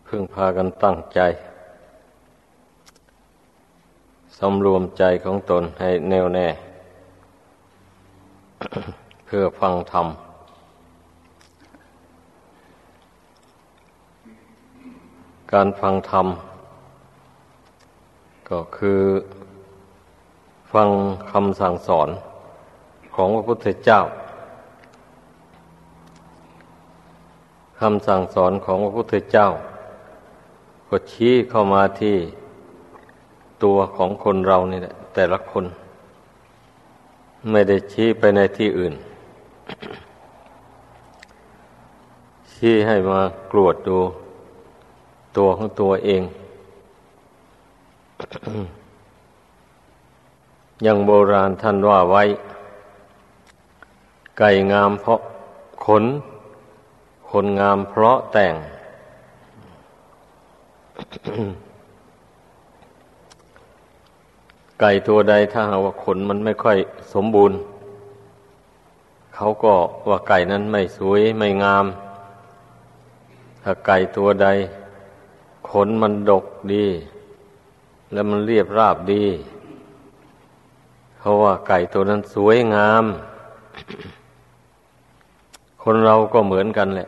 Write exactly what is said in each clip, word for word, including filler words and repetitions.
พึ่งพากันตั้งใจสำรวมใจของตนให้แน่วแน่ เพื่อฟังธรรมการฟังธรรมก็คือฟังคำสั่งสอนของพระพุทธเจ้าคำสั่งสอนของพระพุทธเจ้าก็ชี้เข้ามาที่ตัวของคนเรานี่แหละแต่ละคนไม่ได้ชี้ไปในที่อื่น ชี้ให้มากรวดดูตัวของตัวเอง อย่างโบราณท่านว่าไว้ไก่งามเพราะขนคนงามเพราะแต่ง ไก่ตัวใดถ้าหากว่าขนมันไม่ค่อยสมบูรณ์เขาก็ว่าไก่นั้นไม่สวยไม่งามถ้าไก่ตัวใดขนมันดกดีและมันเรียบราบดีเขาว่าไก่ตัวนั้นสวยงาม คนเราก็เหมือนกันแหละ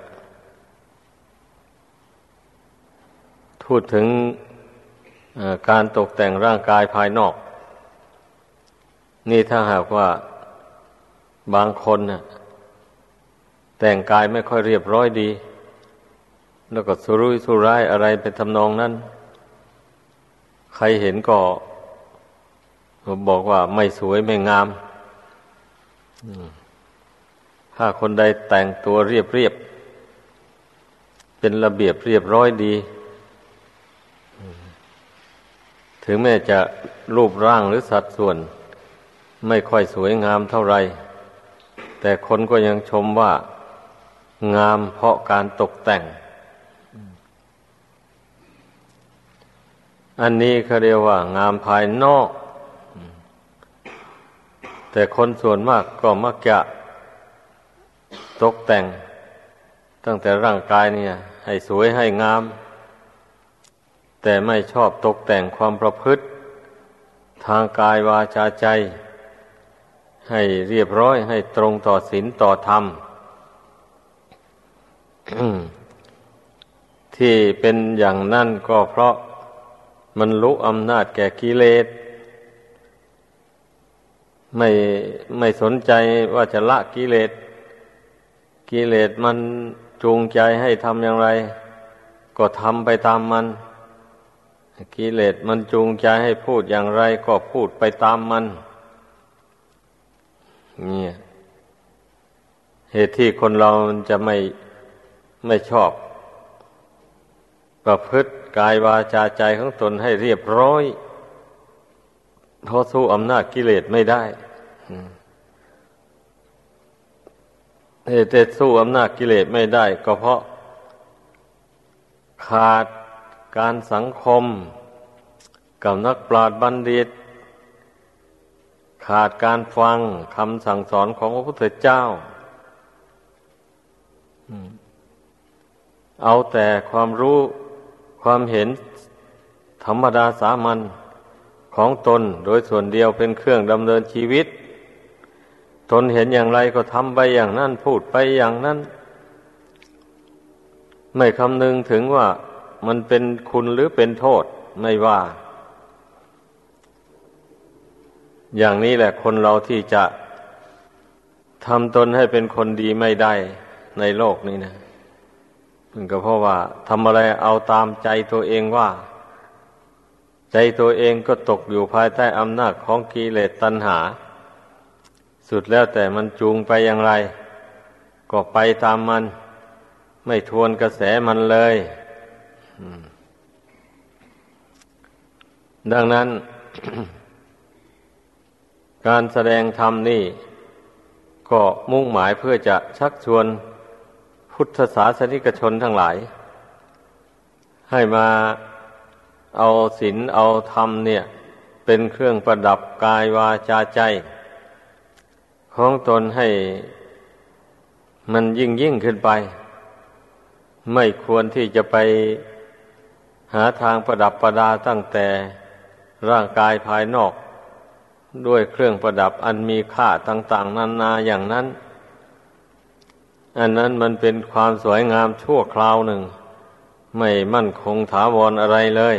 พูดถึงการตกแต่งร่างกายภายนอกนี่ถ้าหากว่าบางคนน่ะแต่งกายไม่ค่อยเรียบร้อยดีแล้วก็สุรุ่ยสุร่ายอะไรเป็นทำนองนั้นใครเห็นก็บอกว่าไม่สวยไม่งามถ้าคนใดแต่งตัวเรียบเรียบเป็นระเบียบเรียบร้อยดีถึงแม้จะรูปร่างหรือสัดส่วนไม่ค่อยสวยงามเท่าไรแต่คนก็ยังชมว่างามเพราะการตกแต่งอันนี้เขาเรียกว่างามภายนอกแต่คนส่วนมากก็มักจะตกแต่งตั้งแต่ร่างกายเนี่ยให้สวยให้งามแต่ไม่ชอบตกแต่งความประพฤติทางกายวาจาใจให้เรียบร้อยให้ตรงต่อศีลต่อธรรม ที่เป็นอย่างนั้นก็เพราะมันรู้อำนาจแก่กิเลสไม่ไม่สนใจว่าจะละกิเลสกิเลสมันจูงใจให้ทำอย่างไรก็ทำไปตามมันกิเลสมันจูงใจให้พูดอย่างไรก็พูดไปตามมันเนี่ยเหตุที่คนเรามันจะไม่ไม่ชอบประพฤติกายวาจาใจของตนให้เรียบร้อยเพราะสู้อำนาจกิเลสไม่ได้เหตุที่สู้อำนาจกิเลสไม่ได้ก็เพราะขาดการสังคมกับนักปราชญ์บัณฑิตขาดการฟังคำสั่งสอนของพระพุทธเจ้าเอาแต่ความรู้ความเห็นธรรมดาสามัญของตนโดยส่วนเดียวเป็นเครื่องดำเนินชีวิตตนเห็นอย่างไรก็ทำไปอย่างนั้นพูดไปอย่างนั้นไม่คำนึงถึงว่ามันเป็นคุณหรือเป็นโทษไม่ว่าอย่างนี้แหละคนเราที่จะทำตนให้เป็นคนดีไม่ได้ในโลกนี้นะมันก็เพราะว่าทำอะไรเอาตามใจตัวเองว่าใจตัวเองก็ตกอยู่ภายใต้อำนาจของกิเลสตัณหาสุดแล้วแต่มันจูงไปอย่างไรก็ไปตามมันไม่ทวนกระแสมันเลยดังนั้น การแสดงธรรมนี่ก็มุ่งหมายเพื่อจะชักชวนพุทธศาสนิกชนทั้งหลายให้มาเอาศีลเอาธรรมเนี่ยเป็นเครื่องประดับกายวาจาใจของตนให้มันยิ่งยิ่งขึ้นไปไม่ควรที่จะไปหาทางประดับประดาตั้งแต่ร่างกายภายนอกด้วยเครื่องประดับอันมีค่าต่างๆนานาอย่างนั้นอันนั้นมันเป็นความสวยงามชั่วคราวหนึ่งไม่มั่นคงถาวรอะไรเลย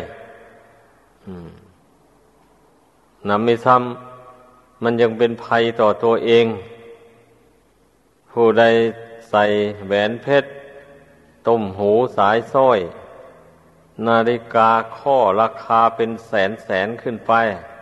นำไม่ซ้ำมันยังเป็นภัยต่อตัวเองผู้ใดใส่แหวนเพชรต้มหูสายสร้อยนาฬิกาข้อราคาเป็นแสนแสนขึ้นไป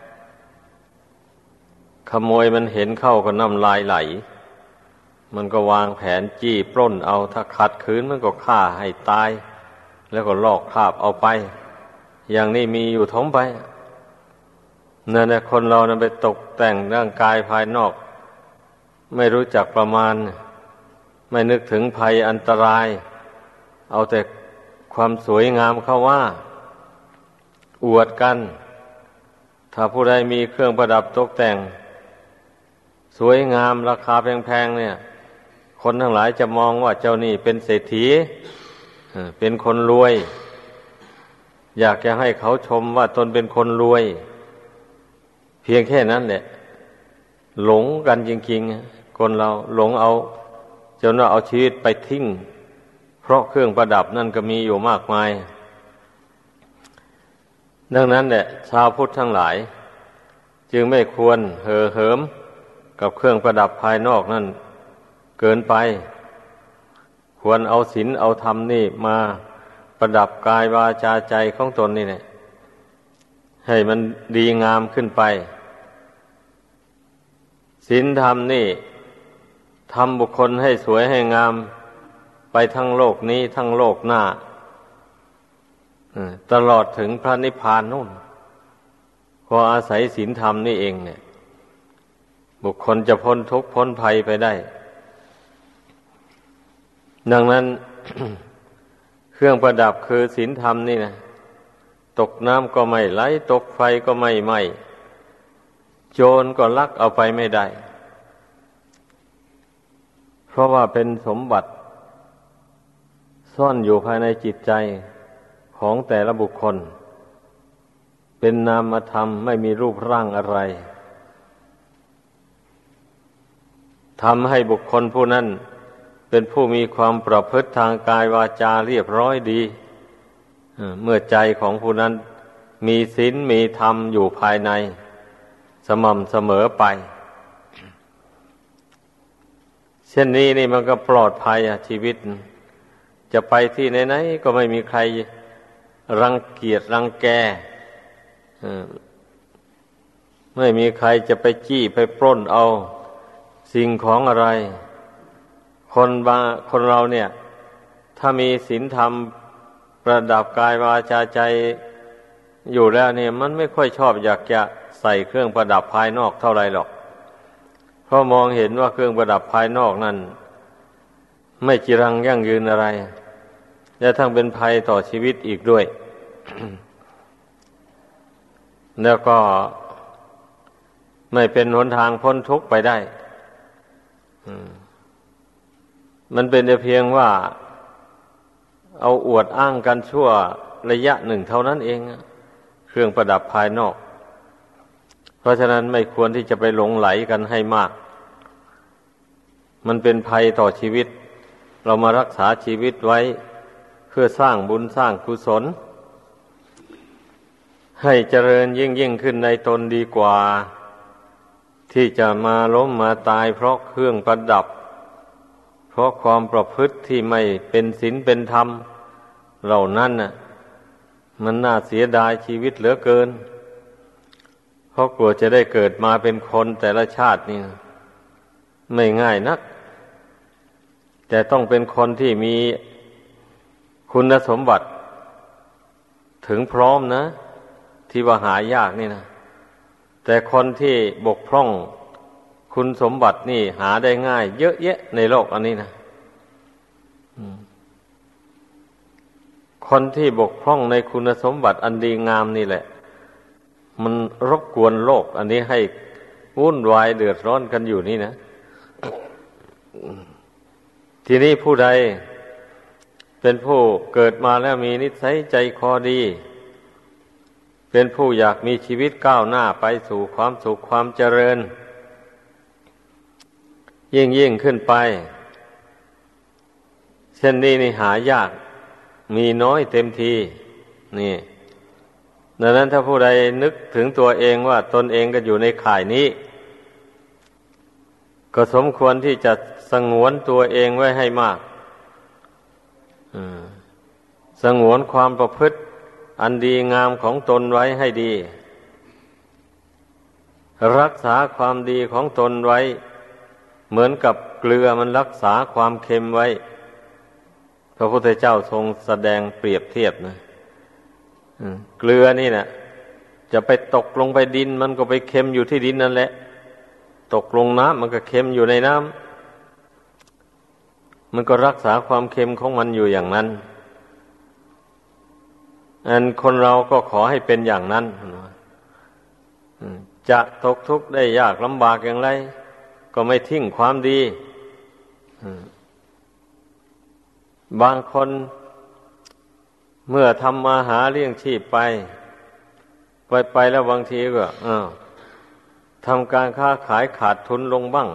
ขโมยมันเห็นเข้าก็น้ำลายไหลมันก็วางแผนจี้ปล้นเอาถ้าขัดขืนมันก็ฆ่าให้ตายแล้วก็ลอกคราบเอาไปอย่างนี้มีอยู่ท้องไปนั่นแหละคนเรานั้นไปตกแต่งร่างกายภายนอกไม่รู้จักประมาณไม่นึกถึงภัยอันตรายเอาแต่ความสวยงามเข้าว่าอวดกันถ้าผู้ใดมีเครื่องประดับตกแต่งสวยงามราคาแพงๆเนี่ยคนทั้งหลายจะมองว่าเจ้านี่เป็นเศรษฐีเป็นคนรวยอยากจะให้เขาชมว่าตนเป็นคนรวยเพียงแค่นั้นแหละหลงกันจริงๆคนเราหลงเอาจนว่าเอาชีวิตไปทิ้งเพราะเครื่องประดับนั่นก็มีอยู่มากมายดังนั้นแหละชาวพุทธทั้งหลายจึงไม่ควรเห่อเหิมกับเครื่องประดับภายนอกนั่นเกินไปควรเอาศีลเอาธรรมนี่มาประดับกายวาจาใจของตนนี่แหละให้มันดีงามขึ้นไปศีลธรรมนี่ทำบุคคลให้สวยให้งามไปทั้งโลกนี้ทั้งโลกหน้าตลอดถึงพระนิพพานนู่นเพราะอาศัยศีลธรรมนี่เองเนี่ยบุคคลจะพ้นทุกข์พ้นภัยไปได้ดังนั้น เครื่องประดับคือศีลธรรมนี่นะตกน้ำก็ไม่ไหลตกไฟก็ไม่ไหม้โจรก็ลักเอาไปไม่ได้เพราะว่าเป็นสมบัติซ่อนอยู่ภายในจิตใจของแต่ละบุคคลเป็นนามธรรมไม่มีรูปร่างอะไรทำให้บุคคลผู้นั้นเป็นผู้มีความประพฤติทางกายวาจาเรียบร้อยดีเมื่อใจของผู้นั้นมีศีลมีธรรมอยู่ภายในสม่ำเสมอไปเช่นนี้นี่มันก็ปลอดภัยอ่ะชีวิตจะไปที่ไหนๆก็ไม่มีใครรังเกียจรังแกไม่มีใครจะไปจี้ไปปล้นเอาสิ่งของอะไรคนบางคนเราเนี่ยถ้ามีศีลธรรมประดับกายวาจาใจอยู่แล้วเนี่ยมันไม่ค่อยชอบอยากจะใส่เครื่องประดับภายนอกเท่าไรหรอกเพราะมองเห็นว่าเครื่องประดับภายนอกนั้นไม่จีรังยั่งยืนอะไรและทั้งเป็นภัยต่อชีวิตอีกด้วย แล้วก็ไม่เป็นหนทางพ้นทุกข์ไปได้มันเป็นแต่เพียงว่าเอาอวดอ้างกันชั่วระยะหนึ่งเท่านั้นเองเครื่องประดับภายนอกเพราะฉะนั้นไม่ควรที่จะไปหลงไหลกันให้มากมันเป็นภัยต่อชีวิตเรามารักษาชีวิตไว้เพื่อสร้างบุญสร้างกุศลให้เจริญยิ่งยิ่งขึ้นในตนดีกว่าที่จะมาล้มมาตายเพราะเครื่องประดับเพราะความประพฤติที่ไม่เป็นศีลเป็นธรรมเหล่านั้นน่ะมันน่าเสียดายชีวิตเหลือเกินเพราะกลัวจะได้เกิดมาเป็นคนแต่ละชาตินี่ไม่ง่ายนักแต่ต้องเป็นคนที่มีคุณสมบัติถึงพร้อมนะที่ว่าหายากนี่นะแต่คนที่บกพร่องคุณสมบัตินี่หาได้ง่ายเยอะแยะในโลกอันนี้นะคนที่บกพร่องในคุณสมบัติอันดีงามนี่แหละมันรบกวนโลกอันนี้ให้วุ่นวายเดือดร้อนกันอยู่นี่นะทีนี้ผู้ใดเป็นผู้เกิดมาแล้วมีนิสัยใจคอดีเป็นผู้อยากมีชีวิตก้าวหน้าไปสู่ความสุขความเจริญยิ่งยิ่งขึ้นไปเช่นนี้นี่หายากมีน้อยเต็มทีนี่ดังนั้นถ้าผู้ใดนึกถึงตัวเองว่าตนเองก็อยู่ในข่ายนี้ก็สมควรที่จะสงวนตัวเองไว้ให้มากสงวนความประพฤติอันดีงามของตนไว้ให้ดีรักษาความดีของตนไว้เหมือนกับเกลือมันรักษาความเค็มไว้พระพุทธเจ้าทรงแสดงเปรียบเทียบนะเกลือนี่นะจะไปตกลงไปดินมันก็ไปเค็มอยู่ที่ดินนั่นแหละตกลงน้ำมันก็เค็มอยู่ในน้ำมันก็รักษาความเค็มของมันอยู่อย่างนั้นอันคนเราก็ขอให้เป็นอย่างนั้นจะตกทุกข์ได้ยากลำบากอย่างไรก็ไม่ทิ้งความดีบางคนเมื่อทำมาหาเลี้ยงชีพไปไปไปแล้วบางทีก็อ้าวทำการค้าขายขาดทุนลงบ้าง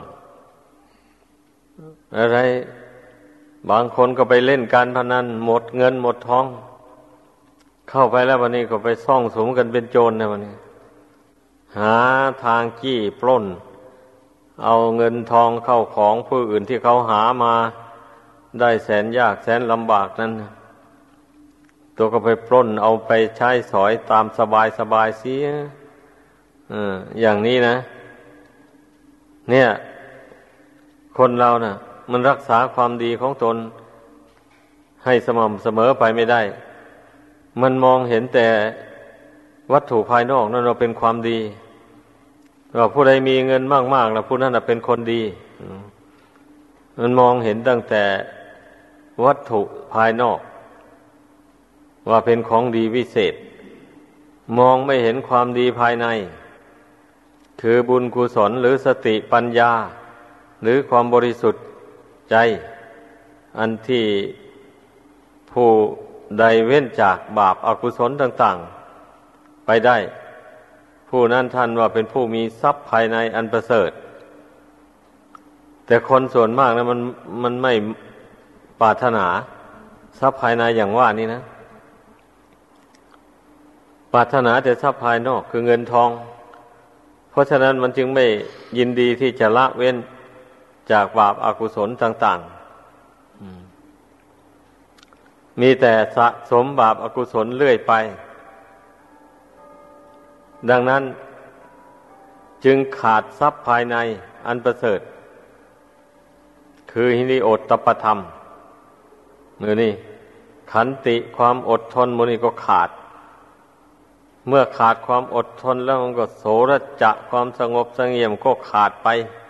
อะไรบางคนก็ไปเล่นการพนันหมดเงินหมดทองเข้าไปแล้ววันนี้ก็ไปซ่องสุมกันเป็นโจรนะวันนี้หาทางจี้ปล้นเอาเงินทองเข้าของผู้อื่นที่เขาหามาได้แสนยากแสนลำบากนั้นตัวก็ไปปล้นเอาไปใช้สอยตามสบายสบายเสียอ่าอย่างนี้นะเนี่ยคนเรานะ่ะมันรักษาความดีของตนให้สม่ำเสมอไปไม่ได้มันมองเห็นแต่วัตถุภายนอกนั่นเราเป็นความดีว่าผู้ใดมีเงินมากๆแล้วผู้นั้นเป็นคนดีมันมองเห็นตั้งแต่วัตถุภายนอกว่าเป็นของดีวิเศษมองไม่เห็นความดีภายในคือบุญกุศลหรือสติปัญญาหรือความบริสุทธิ์ใจอันที่ผู้ใดเว้นจากบาปอกุศลต่างๆไปได้ผู้นั้นท่านว่าเป็นผู้มีทรัพย์ภายในอันประเสริฐแต่คนส่วนมากนะมันมันไม่ปรารถนาทรัพย์ภายในอย่างว่านี่นะปรารถนาแต่ทรัพย์ภายนอกคือเงินทองเพราะฉะนั้นมันจึงไม่ยินดีที่จะละเว้นจากบาปอกุศลต่างๆมีแต่สะสมบาปอกุศลเรื่อยไปดังนั้นจึงขาดทรัพย์ภายในอันประเสริฐคือหิริโอตตัปปธรรมมือนี่ขันติความอดทนมือนี่ก็ขาดเมื่อขาดความอดทนแล้วมันก็โสรจะความสงบเสงี่ยมก็ขาดไป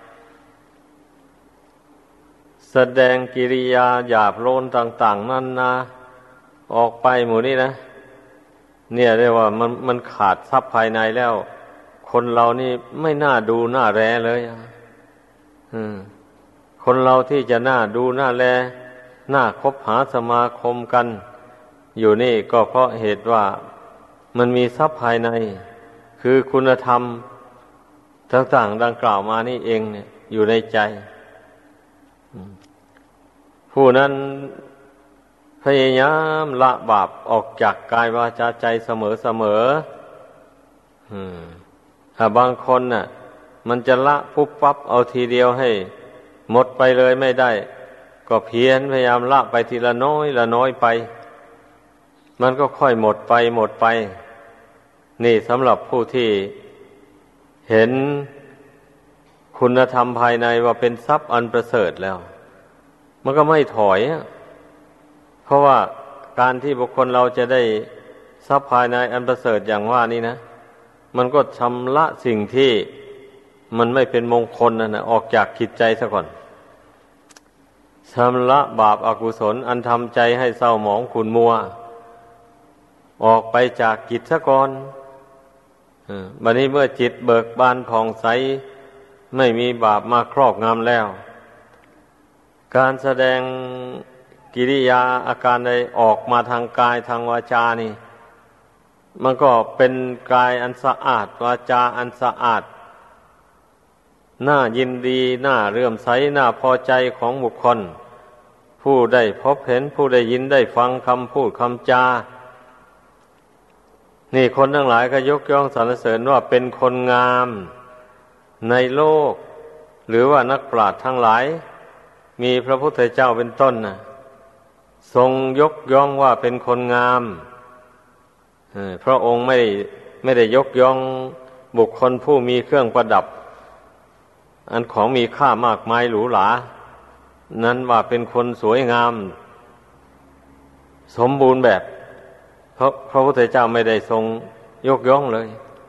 แสดงกิริยาหยาบโลนต่างๆนั่นนะออกไปหมู่นี้นะเนี่ยเรียกว่ามันมันขาดทรัพย์ภายในแล้วคนเรานี่ไม่น่าดูน่าแลเลยอืมคนเราที่จะน่าดูน่าแลน่าคบหาสมาคมกันอยู่นี่ก็เพราะเหตุว่ามันมีทรัพย์ภายในคือคุณธรรมต่างๆดังกล่าวมานี่เองเนี่ยอยู่ในใจผู้นั้นพยายามละบาปออกจากกายวาจาใจเสมอๆถ้าบางคนน่ะมันจะละปุ๊บปั๊บเอาทีเดียวให้หมดไปเลยไม่ได้ก็เพียรพยายามละไปทีละน้อยละน้อยไปมันก็ค่อยหมดไปหมดไปนี่สำหรับผู้ที่เห็นคุณธรรมภายในว่าเป็นทรัพย์อันประเสริฐแล้วมันก็ไม่ถอยเพราะว่าการที่บุคคลเราจะได้ทรัพย์ภายในอันประเสริฐอย่างว่านี้นะมันก็ชำระสิ่งที่มันไม่เป็นมงคลนั่นนะออกจากจิตใจซะก่อนชำระบาปอกุศลอันทำใจให้เศร้าหมองขุ่นมัวออกไปจากจิตซะก่อนบัดนี้เมื่อจิตเบิกบานผ่องใสไม่มีบาปมาครอบงำแล้วการแสดงกิริยาอาการใดออกมาทางกายทางวาจานี่มันก็เป็นกายอันสะอาดวาจาอันสะอาดน่ายินดีน่าเลื่อมใสน่าพอใจของบุคคลผู้ได้พบเห็นผู้ได้ยินได้ฟังคำพูดคำจานี่คนทั้งหลายก็ยกย่องสรรเสริญว่าเป็นคนงามในโลกหรือว่านักปราชญ์ทั้งหลายมีพระพุทธเจ้าเป็นต้นนะทรงยกย่องว่าเป็นคนงามพระองค์ไม่ได้ไม่ได้ยกย่องบุคคลผู้มีเครื่องประดับอันของมีค่ามากมายหรูหรานั้นว่าเป็นคนสวยงามสมบูรณ์แบบเพราะพระพุทธเจ้าไม่ได้ทรงยกย่องเลย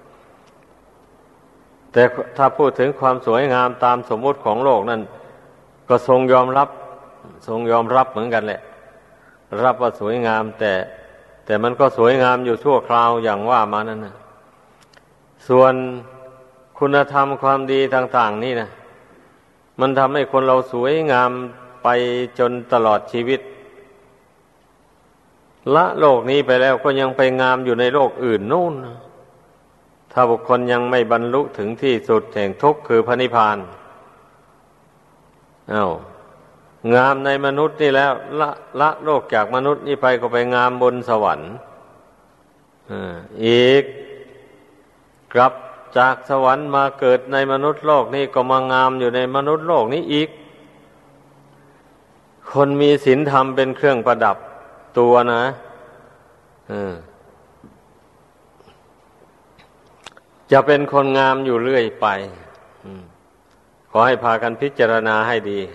แต่ถ้าพูดถึงความสวยงามตามสมมุติของโลกนั้นก็ทรงยอมรับทรงยอมรับเหมือนกันแหละรับว่าสวยงามแต่แต่มันก็สวยงามอยู่ชั่วคราวอย่างว่ามานั่นนะส่วนคุณธรรมความดีต่างๆนี่นะมันทำให้คนเราสวยงามไปจนตลอดชีวิตละโลกนี้ไปแล้วก็ยังไปงามอยู่ในโลกอื่นนู่นถ้าบุคคลยังไม่บรรลุถึงที่สุดแห่งทุกข์คือพระนิพพานอ้าวงามในมนุษย์นี่แล้วละละโลกจากมนุษย์นี่ไปก็ไปงามบนสวรรค์อีกกลับจากสวรรค์มาเกิดในมนุษย์โลกนี่ก็มางามอยู่ในมนุษย์โลกนี้อีกคนมีศีลธรรมเป็นเครื่องประดับตัวนะจะเป็นคนงามอยู่เรื่อยไปขอให้พากันพิจารณาให้ดี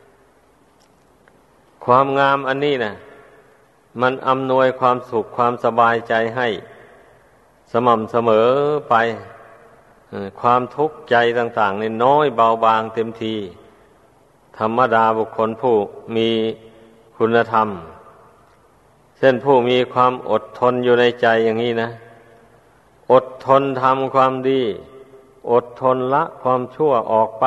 ความงามอันนี้นะมันอำนวยความสุขความสบายใจให้สม่ำเสมอไปความทุกข์ใจต่างๆนี่น้อยเบาบางเต็มทีธรรมดาบุคคลผู้มีคุณธรรมเช่นผู้มีความอดทนอยู่ในใจอย่างนี้นะอดทนทำความดีอดทนละความชั่วออกไป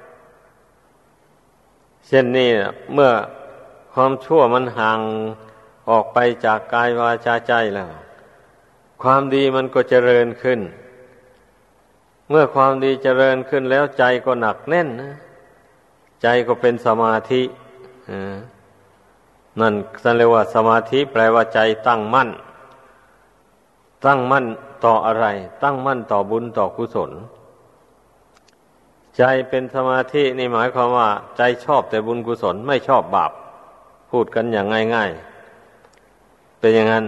เช่นนี้เมื่อความชั่วมันห่างออกไปจากกายวาจาใจแล้วความดีมันก็เจริญขึ้นเมื่อความดีเจริญขึ้นแล้วใจก็หนักแน่นนะใจก็เป็นสมาธินั่นสันเรียกว่าสมาธิแปลว่าใจตั้งมั่นตั้งมั่นต่ออะไรตั้งมั่นต่อบุญต่อกุศลใจเป็นสมาธินี่หมายความว่าใจชอบแต่บุญกุศลไม่ชอบบาปพูดกันอย่างง่ายๆเป็นอย่างนั้น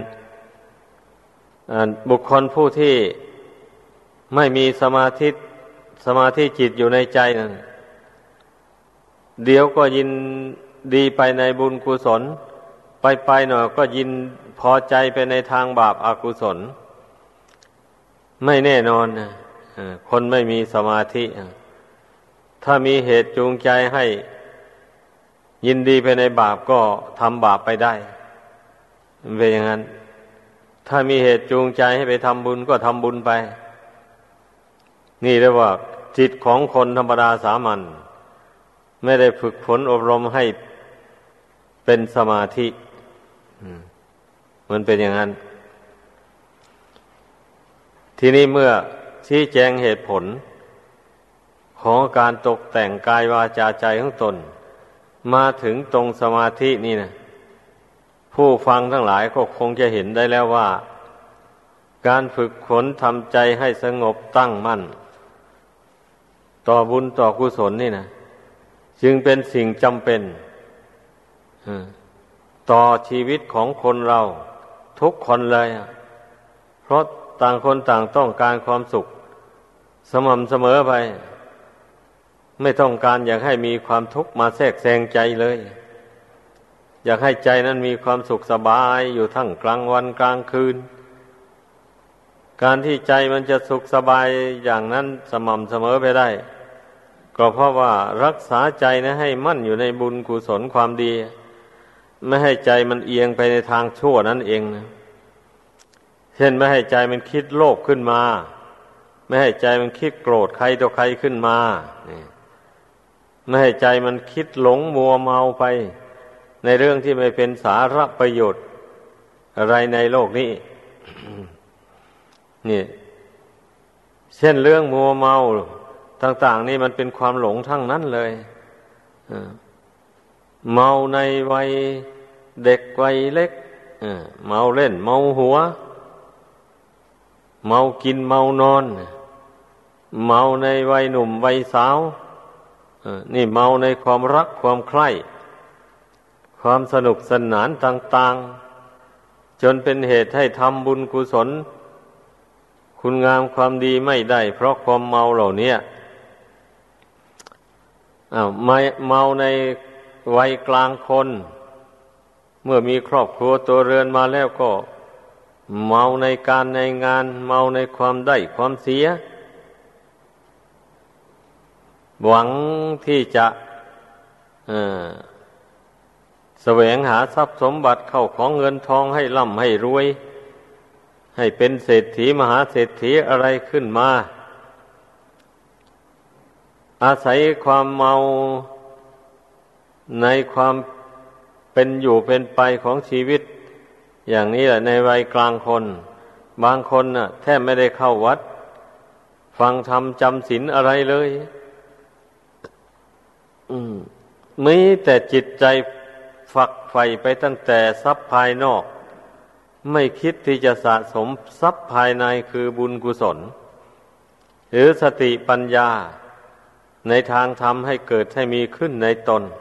บุคคลผู้ที่ไม่มีสมาธิสมาธิจิตอยู่ในใจนั่นเดี๋ยวก็ยินดีไปในบุญกุศลไปไปหน่อยก็ยินพอใจไปในทางบาปอกุศลไม่แน่นอนนะคนไม่มีสมาธิถ้ามีเหตุจูงใจให้ยินดีไปในบาปก็ทำบาปไปได้เป็นอย่างนั้นถ้ามีเหตุจูงใจให้ไปทำบุญก็ทำบุญไปนี่เรียกว่าจิตของคนธรรมดาสามัญไม่ได้ฝึกฝนอบรมให้เป็นสมาธิมันเป็นอย่างนั้นทีนี้เมื่อชี้แจงเหตุผลของการตกแต่งกายวาจาใจของตนมาถึงตรงสมาธินี่นะผู้ฟังทั้งหลายก็คงจะเห็นได้แล้วว่าการฝึกฝนทำใจให้สงบตั้งมั่นต่อบุญต่อกุศลนี่นะจึงเป็นสิ่งจำเป็นต่อชีวิตของคนเราทุกคนเลยเพราะต่างคนต่างต้องการความสุขสม่ำเสมอไปไม่ต้องการอยากให้มีความทุกข์มาแทรกแซงใจเลยอยากให้ใจนั้นมีความสุขสบายอยู่ทั้งกลางวันกลางคืนการที่ใจมันจะสุขสบายอย่างนั้นสม่ำเสมอไปได้ก็เพราะว่ารักษาใจนะให้มั่นอยู่ในบุญกุศลความดีไม่ให้ใจมันเอียงไปในทางชั่วนั่นเองนะเช่นไม่ให้ใจมันคิดโลภขึ้นมาไม่ให้ใจมันคิดโกรธใครต่อใครขึ้นมาไม่ให้ใจมันคิดหลงมัวเมาไปในเรื่องที่ไม่เป็นสาระประโยชน์อะไรในโลกนี้ นี่เช่นเรื่องมัวเมาต่างๆนี่มันเป็นความหลงทั้งนั้นเลยเมาในวัยเด็กวัยเล็กเมาเล่นเมาหัวเมากินเมานอนเมาในวัยหนุ่มวัยสาวนี่เมาในความรักความใคร่ความสนุกสนานต่างๆจนเป็นเหตุให้ทำบุญกุศลคุณงามความดีไม่ได้เพราะความเมาเหล่านี้อ้าวเมาในวัยกลางคนเมื่อมีครอบครัวตัวเรือนมาแล้วก็เมาในการในงานเมาในความได้ความเสียหวังที่จะเอ่อแสวงหาทรัพย์สมบัติเข้าของเงินทองให้ร่ำให้รวยให้เป็นเศรษฐีมหาเศรษฐีอะไรขึ้นมาอาศัยความเมาในความเป็นอยู่เป็นไปของชีวิตอย่างนี้แหละในวัยกลางคนบางคนน่ะแทบไม่ได้เข้าวัดฟังธรรมจำศีลอะไรเลยอืมมีแต่จิตใจฝักใฝ่ไปตั้งแต่ทรัพย์ภายนอกไม่คิดที่จะสะสมทรัพย์ภายในคือบุญกุศลหรือสติปัญญาในทางธรรมให้เกิดให้มีขึ้นในตน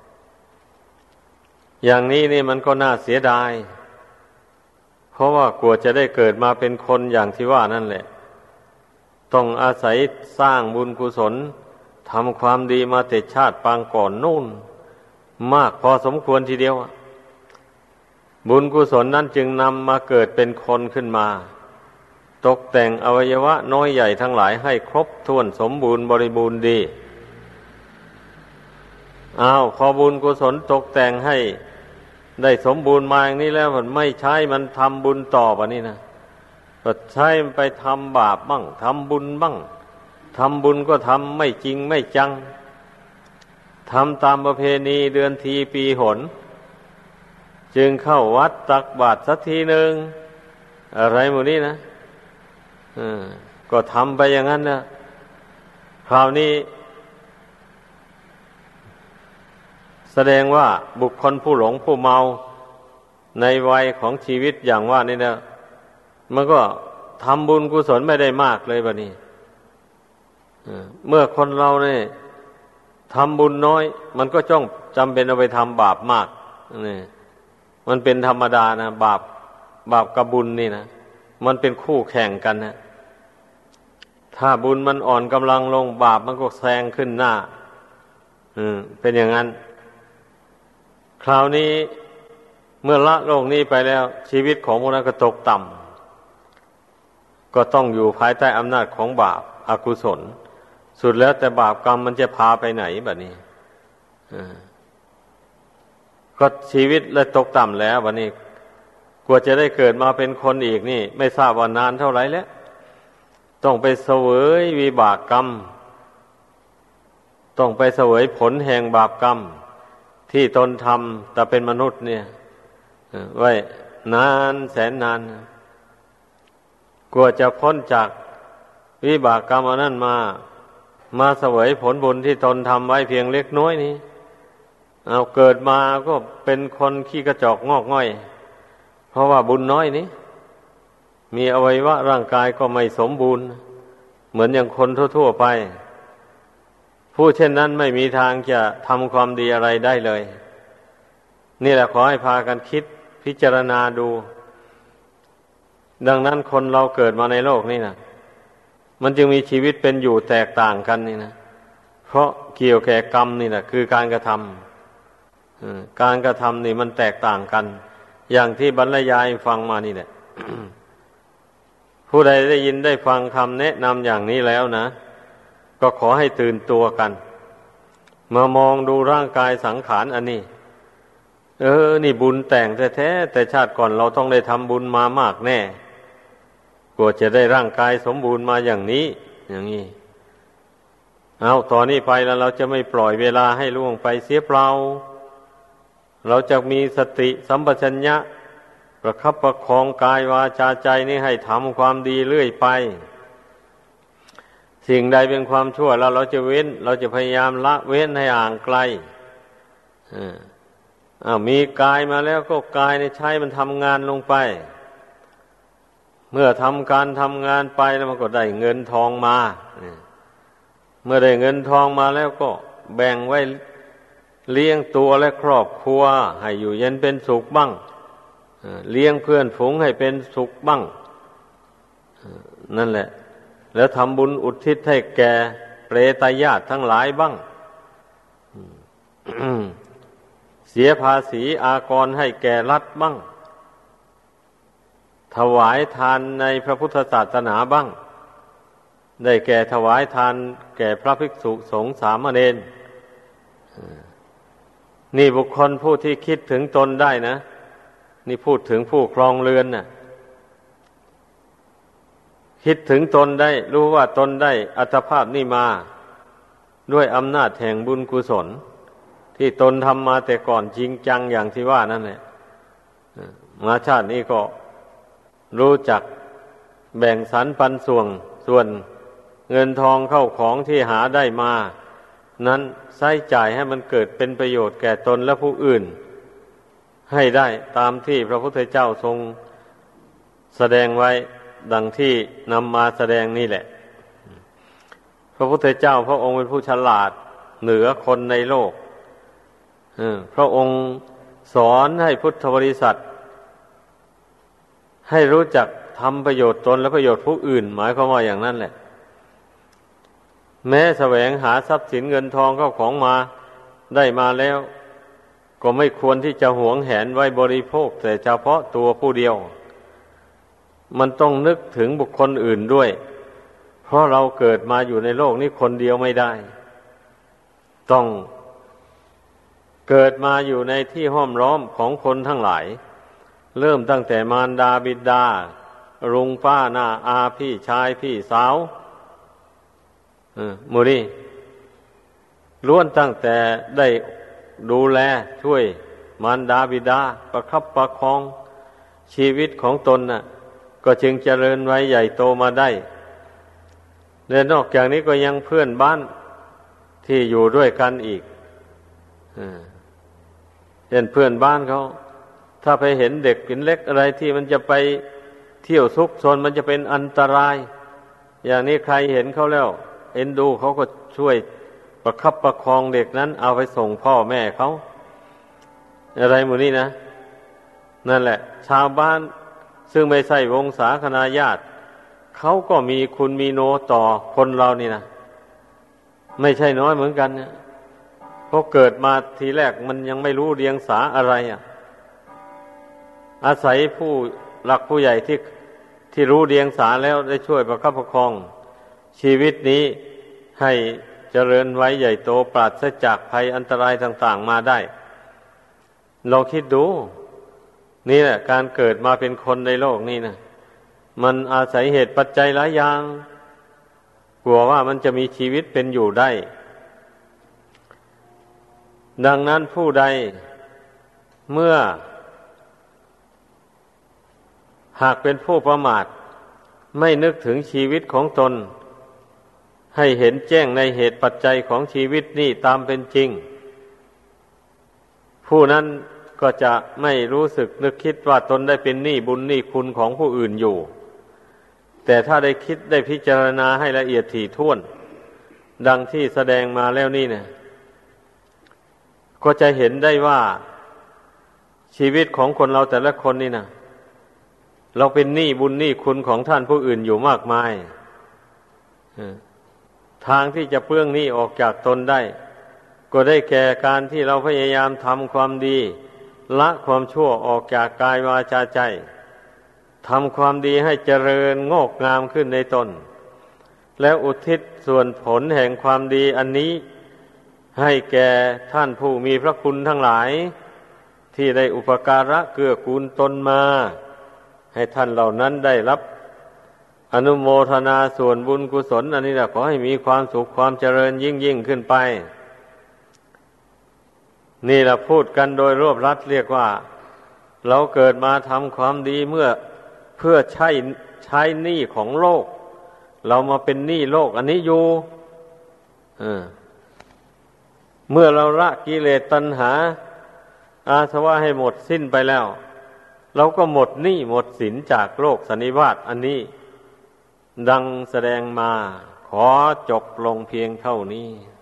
อย่างนี้นี่มันก็น่าเสียดายเพราะว่ากว่าจะได้เกิดมาเป็นคนอย่างที่ว่านั่นแหละต้องอาศัยสร้างบุญกุศลทำความดีมาแต่ชาติปางก่อนนู่นมากพอสมควรทีเดียวบุญกุศลนั้นจึงนำมาเกิดเป็นคนขึ้นมาตกแต่งอวัยวะน้อยใหญ่ทั้งหลายให้ครบถ้วนสมบูรณ์บริบูรณ์ดีอ้าวพอบุญกุศลตกแต่งให้ได้สมบูรณ์มาอย่างนี้แล้วมันไม่ใช้มันทำบุญต่อป่ะนี่นะก็ใช้มันไปทำบาปบ้างทำบุญบ้างทำบุญก็ทำไม่จริงไม่จังทำตามประเพณีเดือนทีปีหนจึงเข้าวัดตักบาตรสักทีหนึ่งอะไรหมดนี้นะก็ทำไปอย่างนั้นนะคราวนี้แสดงว่าบุคคลผู้หลงผู้เมาในวัยของชีวิตอย่างว่านี่นะมันก็ทำบุญกุศลไม่ได้มากเลยบัดนี้เมื่อคนเราเนี่ยทำบุญน้อยมันก็จ้องจำเป็นเอาไปทำบาปมากนี่มันเป็นธรรมดานะบาปบาปกับบุญนี่นะมันเป็นคู่แข่งกันนะถ้าบุญมันอ่อนกำลังลงบาปมันก็แซงขึ้นหน้าอืมเป็นอย่างนั้นคราวนี้เมื่อละโลกนี้ไปแล้วชีวิตของพวกนั้นก็ตกต่ำก็ต้องอยู่ภายใต้อำนาจของบาปอกุศลสุดแล้วแต่บาปกรรมมันจะพาไปไหนแบบนี้ก็ชีวิตเลยตกต่ำแล้ววันนี้กว่าจะได้เกิดมาเป็นคนอีกนี่ไม่ทราบว่านานเท่าไหร่แล้วต้องไปเสวยวิบากกรรมต้องไปเสวยผลแห่งบาปกรรมที่ตนทำแต่เป็นมนุษย์เนี่ยไว้นานแสนนานกว่าจะพ้นจากวิบากกรรมอันนั้นมามาเสวยผลบุญที่ตนทำไว้เพียงเล็กน้อยนี้เอาเกิดมาก็เป็นคนขี้กระจอกงอกง่อยเพราะว่าบุญน้อยนี้มีอวัยวะร่างกายก็ไม่สมบูรณ์เหมือนอย่างคนทั่วๆไปผู้เช่นนั้นไม่มีทางจะทำความดีอะไรได้เลยนี่แหละขอให้พากันคิดพิจารณาดูดังนั้นคนเราเกิดมาในโลกนี้นะมันจึงมีชีวิตเป็นอยู่แตกต่างกันนี่นะเพราะเกี่ยวแก่กรรมนี่แหละคือการกระทำการกระทำนี่มันแตกต่างกันอย่างที่บรรยายฟังมานี่แหละ ผู้ใดได้ยินได้ฟังคำแนะนำอย่างนี้แล้วนะก็ขอให้ตื่นตัวกันมามองดูร่างกายสังขารอันนี้เออนี่บุญแต่งแท้ๆแต่ชาติก่อนเราต้องได้ทำบุญมามากแน่กว่าจะได้ร่างกายสมบูรณ์มาอย่างนี้อย่างนี้เอาตอนนี้ไปแล้วเราจะไม่ปล่อยเวลาให้ล่วงไปเสียเปล่าเราจะมีสติสัมปชัญญะประคับประคองกายวาจาใจนี้ให้ทำความดีเรื่อยไปสิ่งใดเป็นความชั่วแล้วเราจะเว้นเราจะพยายามละเว้นให้ห่างไกลอ่ามีกายมาแล้วก็กายในใช้มันทำงานลงไปเมื่อทำการทำงานไปแล้วมันก็ได้เงินทองมาเมื่อได้เงินทองมาแล้วก็แบ่งไว้เลี้ยงตัวและครอบครัวให้อยู่เย็นเป็นสุขบ้างเลี้ยงเพื่อนฝูงให้เป็นสุขบ้างนั่นแหละแล้วทำบุญอุทิศให้แก่เปรตญาติทั้งหลายบ้างเสียภาษีอากรให้แก่รัฐบ้างถวายทานในพระพุทธศาสนาบ้างได้แก่ถวายทานแก่พระภิกษุสงฆ์สามเณรนี่บุคคลผู้ที่คิดถึงตนได้นะนี่พูดถึงผู้ครองเรือนน่ะคิดถึงตนได้รู้ว่าตนได้อัตภาพนี่มาด้วยอำนาจแห่งบุญกุศลที่ตนทำมาแต่ก่อนจริงจังอย่างที่ว่านั่นแหละมาชาตินี้ก็รู้จักแบ่งสรรปันส่วนส่วนเงินทองเข้าของที่หาได้มานั้นใช้จ่ายให้มันเกิดเป็นประโยชน์แก่ตนและผู้อื่นให้ได้ตามที่พระพุทธเจ้าทรงแสดงไว้ดังที่นำมาแสดงนี่แหละพระพุทธเจ้าพระองค์เป็นผู้ฉลาดเหนือคนในโลกพระองค์สอนให้พุทธบริษัทให้รู้จักทำประโยชน์ตนและประโยชน์ผู้อื่นหมายความว่าอย่างนั้นแหละแม้แสวงหาทรัพย์สินเงินทองเข้าของมาได้มาแล้วก็ไม่ควรที่จะหวงแหนไว้บริโภคแต่เฉพาะตัวผู้เดียวมันต้องนึกถึงบุคคลอื่นด้วยเพราะเราเกิดมาอยู่ในโลกนี้คนเดียวไม่ได้ต้องเกิดมาอยู่ในที่ห้อมล้อมของคนทั้งหลายเริ่มตั้งแต่มารดาบิดาลุงป้าน้าอาพี่ชายพี่สาวหมู่นี้ล้วนตั้งแต่ได้ดูแลช่วยมารดาบิดาประคับประคองชีวิตของตนน่ะก็จึงเจริญไว้ใหญ่โตมาได้และนอกจากนี้ก็ยังเพื่อนบ้านที่อยู่ด้วยกันอีกเช่นเพื่อนบ้านเขาถ้าไปเห็นเด็กเป็นเล็กอะไรที่มันจะไปเที่ยวซุกซนมันจะเป็นอันตรายอย่างนี้ใครเห็นเขาแล้วเอ็นดูเขาก็ช่วยประคับประคองเด็กนั้นเอาไปส่งพ่อแม่เขาอะไรหมู่นี้นะนั่นแหละชาวบ้านซึ่งไม่ใช่วงศาคณาญาติเขาก็มีคุณมีโนต่อคนเรานี่นะไม่ใช่น้อยเหมือนกันเนี่ยเพราะเกิดมาทีแรกมันยังไม่รู้เรียงสาอะไรอ่ะอาศัยผู้หลักผู้ใหญ่ที่ที่รู้เรียงสาแล้วได้ช่วยประคับประคองชีวิตนี้ให้เจริญไว้ใหญ่โตปราศจากภัยอันตรายต่างๆมาได้เราคิดดูนี่แหละการเกิดมาเป็นคนในโลกนี้นะมันอาศัยเหตุปัจจัยหลายอย่างกลัวว่ามันจะมีชีวิตเป็นอยู่ได้ดังนั้นผู้ใดเมื่อหากเป็นผู้ประมาทไม่นึกถึงชีวิตของตนให้เห็นแจ้งในเหตุปัจจัยของชีวิตนี่ตามเป็นจริงผู้นั้นก็จะไม่รู้สึกนึกคิดว่าตนได้เป็นหนี้บุญหนี้คุณของผู้อื่นอยู่แต่ถ้าได้คิดได้พิจารณาให้ละเอียดถี่ถ้วนดังที่แสดงมาแล้วนี่เนี่ยก็จะเห็นได้ว่าชีวิตของคนเราแต่ละคนนี่นะเราเป็นหนี้บุญหนี้คุณของท่านผู้อื่นอยู่มากมายทางที่จะเปลื้องหนี้ออกจากตนได้ก็ได้แก่การที่เราพยายามทำความดีละความชั่วออกจากกายวาจาใจทำความดีให้เจริญงอกงามขึ้นในตนแล้วอุทิศส่วนผลแห่งความดีอันนี้ให้แก่ท่านผู้มีพระคุณทั้งหลายที่ได้อุปการะเกื้อกูลตนมาให้ท่านเหล่านั้นได้รับอนุโมทนาส่วนบุญกุศลอันนี้แหละขอให้มีความสุขความเจริญยิ่งยิ่งขึ้นไปนี่แหละพูดกันโดยรวบรัดเรียกว่าเราเกิดมาทำความดีเมื่อเพื่อใช้ใช้หนี้ของโลกเรามาเป็นหนี้โลกอันนี้อยู่เออเมื่อเราละกิเลสตัณหาอาสวะให้หมดสิ้นไปแล้วเราก็หมดหนี้หมดสินจากโลกสันนิวาตอันนี้ดังแสดงมาขอจบลงเพียงเท่านี้